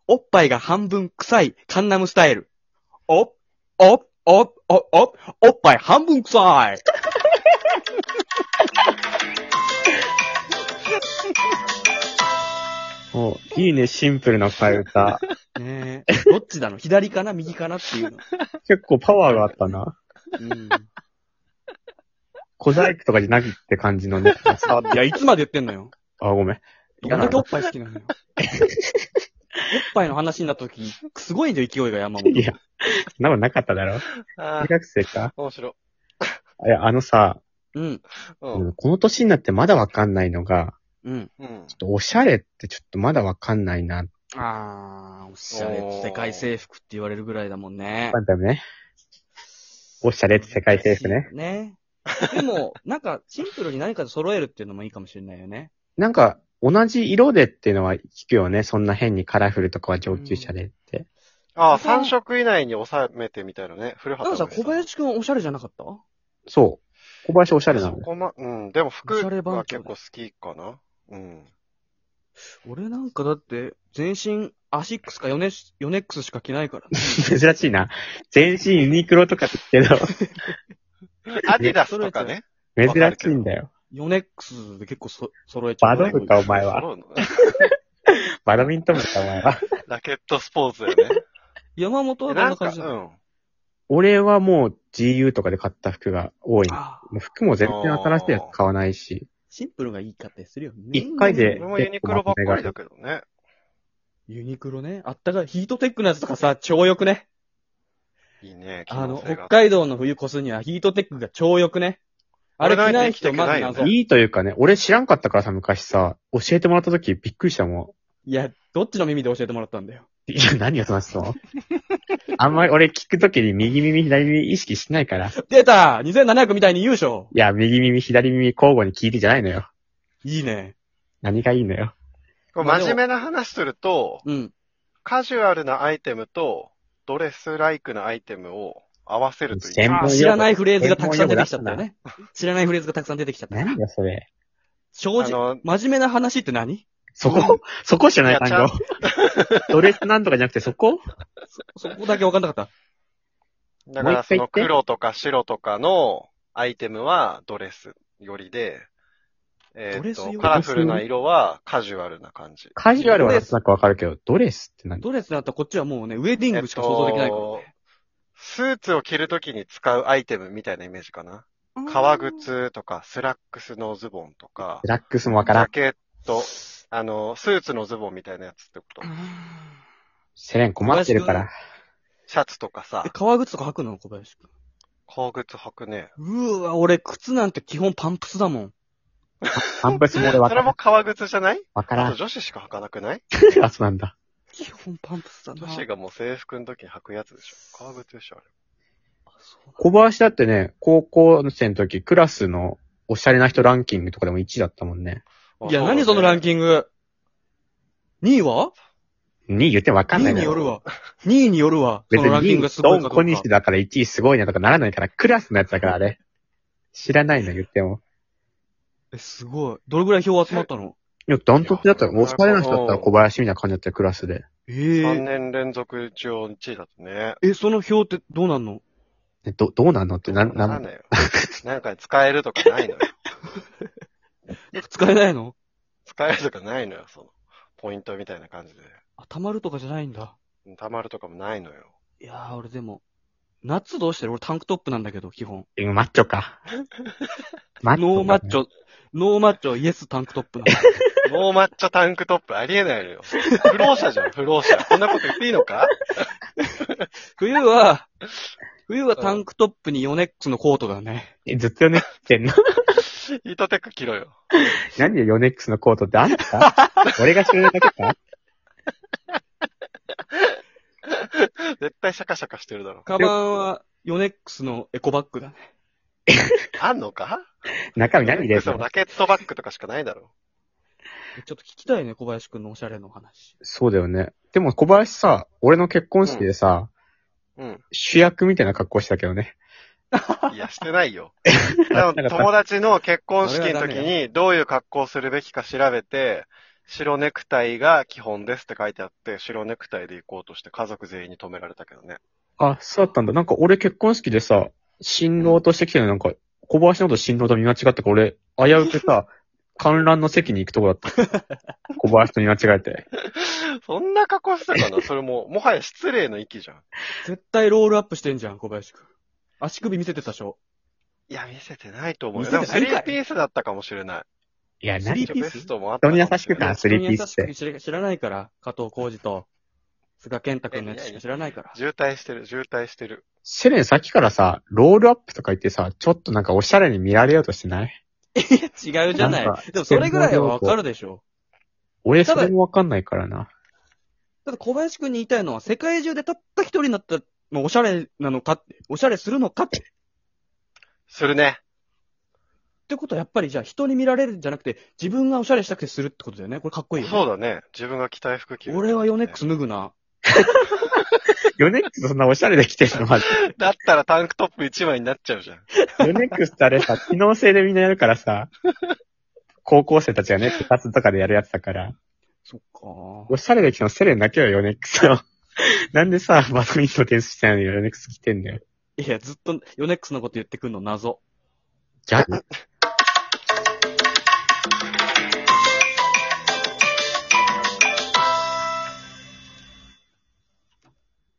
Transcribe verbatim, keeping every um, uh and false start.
おっぱいが半分臭いカンナムスタイル。お、お、お、お、お、おっぱい半分臭い。 お、いいね、シンプルな替え歌。 ねえ。どっちだの？左かな右かなっていうの。 結構パワーがあったな。 うん。 小細工とかじゃなくって感じのね。 いや、いつまで言ってんのよ。 あ、ごめん。 どんだけおっぱい好きなのよ。おっぱいの話になった時、すごいんだよ、勢いが山本。 いや、そんなことなかっただろ。 あ中学生か面白いや、あのさ、 うん。 い。うん。 この年になってまだわかんないのが、 うん。 うん。 ちょっとおしゃれってちょっとまだわかんないな。 あー、おしゃれって世界征服って言われるぐらいだもんね。 なんだよね。おしゃれって世界征服ね。 ね。でも、なんか、シンプルに何かで揃えるっていうのもいいかもしれないよね。 なんか、同じ色でっていうのは聞くよね。そんな変にカラフルとかは上級者でって。 ああ、さん色以内に収めてみたいなね。古畑なんかさ、小林くんおしゃれじゃなかったそう。小林おしゃれなの。 そこま、うん。でも服おしゃれ番は長だ結構好きかな。うん。 俺なんかだって、全身アシックスかヨネヨネックスしか着ないから。 珍しいな。全身ユニクロとかって言うけど、 アディダスとかね。 珍しいんだよ。 ヨネックスで結構そ揃えちゃう。 バド部かお前は。 揃うのバドミントン部かお前は。 ラケットスポーツだよね。 山本はどんな感じなの？ なんか俺はもう ジーユー とかで買った服が多い。 あーもう服も全然新しいやつ買わないし。 シンプルがいいかってするよね。 一回でうん。俺もユニクロばっかりだけどね。 ユニクロね。あったかい。ヒートテックのやつとかさ、超良くね。 いいね。 あの、 機能性が北海道の冬越すにはヒートテックが超良くね。あれ着ない人まず謎。 いいというかね、俺知らんかったからさ、昔さ、教えてもらった時びっくりしたもいや、どっちの耳で教えてもらったんだよ。 ん。いや、何を話すのあんまり俺聞く時に右耳、左耳意識しないから。い出た !にせんななひゃく みたいに言うでしょ。 や、右耳、左耳交互に聞いてじゃないのよ。 いいね。 何がいいのよ。 これ真面目な話すると、 うん。 カジュアルなアイテムとドレスライクなアイテムを合わせるといい。 専門用語あー知らないフレーズがたくさん出てきちゃったよね。知らないフレーズがたくさん出てきちゃった。 何だそれ。 正直、 あの真面目な話って何そこ、そこじゃない単いや語。ドレスなんとかじゃなくてそこそこだけ分かんなかった。 だからそのもう一回言って黒とか白とかのアイテムはドレスよりで、えーっと、 ドレスよりカラフルな色はカジュアルな感じ。 カジュアルはなんとなくわかるけど、ドレスって何ドレスだったらこっちはもうね、ウェディングしか想像できないからね。 えっとスーツを着るときに使うアイテムみたいなイメージかな。革靴とか、スラックスのズボンとか、 ブラックスもわからん。 ジャケット、あの、スーツのズボンみたいなやつってこと。 セレン困ってるから。 シャツとかさえ、、革靴とか履くの小林くん。 革靴履くね。 うーわ、俺靴なんて基本パンプスだもん。 パンプスも俺わそれからん。 も革靴じゃないわからんあと。女子しか履かなくないあ、そうなんだ。 基本パンプスだな。 女子がもう制服の時に履くやつでしょ。革靴でしょ、あれ。 小林だってね、高校生の時、クラスのおしゃれな人ランキングとかでもいちいだったもんね。 いや、何そのラング。 キング。にいはにい言ってもわかんにないいのよ。 によるわ。にいによるわ。そ別ににい、 のランキングがすごドンいかどうか。 小西だからいちいすごいなとかならないから、クラスのやつだからあれ。知らないの言っても。 え、すごい。どれぐらい票集まったの？ いや、ダントツだったら、おしゃれな人だったら小林みたいな感じだったよ、クラスで。 えさんえ。 ねん連続一応いちいだとね。 え、その票ってどうなんの？ えど、どうなんのって、な、な、 なんだよ。なんか使えるとかないのよ。 使えないの？ 使えるとかないのよ、その。ポイントみたいな感じで。 あ、たまるとかじゃないんだ。 溜まるとかもないのよ。 いやー、俺でも、夏どうしてる？俺タンクトップなんだけど、基本。 えマッチョか。マノーマッチョ。 ョ、ノーマッチョ、イエスタンクトップなの。 ノーマッチョタンクトップありえないのよ。不老者じゃん、不老者。こんなこと言っていいのか冬は、冬はタンクトップにヨネックスのコートだね。 え、ずっとヨネックスってんのヒートテック着ろよ。 何でヨネックスのコートってあんた俺が知らないだけか絶対シャカシャカしてるだろ。 カバンはヨネックスのエコバッグだね。 あんのか中身何入れるそののラケットバッグとかしかないだろ。 えちょっと聞きたいね、小林くんのおしゃれの話。 そうだよね。でも小林さ、俺の結婚式でさ、 うん。 主役みたいな格好したけどね。 いや、してないよ。多分友達の結婚式の時それはダメにどういう格好をするべきか調べて、 白ネクタイが基本ですって書いてあって、白ネクタイで行こうとして家族全員に止められたけどね。 あ、そうだったんだ。なんか俺結婚式でさ、新郎として来てるのなんか、小林のこと新郎と見間違ったから俺、危うくさ、観覧の席に行くとこだった。小林と見間違えて。 そんな格好してたかなそれも、もはや失礼の域じゃん。 絶対ロールアップしてんじゃん、小林くん。足首見せてたでしょ。 いや、見せてないと思うよ。 見でもせてないんかいスリーピースだったかもしれない。 いや、 スリーピースベストもあった人に優しくかもなスリーピースって人に優しく知らないから、加藤浩二と、菅健太くんのやつしか知らないから。 渋滞してる、渋滞してる。 セレンさっきからさ、ロールアップとか言ってさ、ちょっとなんかおしゃれに見られようとしてない？ いや、違うじゃない。 なんかでもそれぐらいはわかるでしょ。 俺それもわかんないからな。 ただ小林くんに言いたいのは、世界中でたった一人になったら、もうおしゃれなのかって、おしゃれするのかって。 するね。 ってことはやっぱりじゃあ人に見られるんじゃなくて、自分がおしゃれしたくてするってことだよね。これかっこいいよね。 そうだね。自分が着たい服着る。 俺はヨネックス脱ぐな。 ヨネックスそんなおしゃれで着てるのまず。 だったらタンクトップ一枚になっちゃうじゃん。 ヨネックスってあれさ、機能性でみんなやるからさ、高校生たちがね、部活とかでやるやつだから。 そっかおしゃれで着てもセレンだけよ、ヨネックスを。なんでさ、バドミントン点数してないのにヨネックス着てんだよ。 いや、ずっとヨネックスのこと言ってくんの謎。 ギャル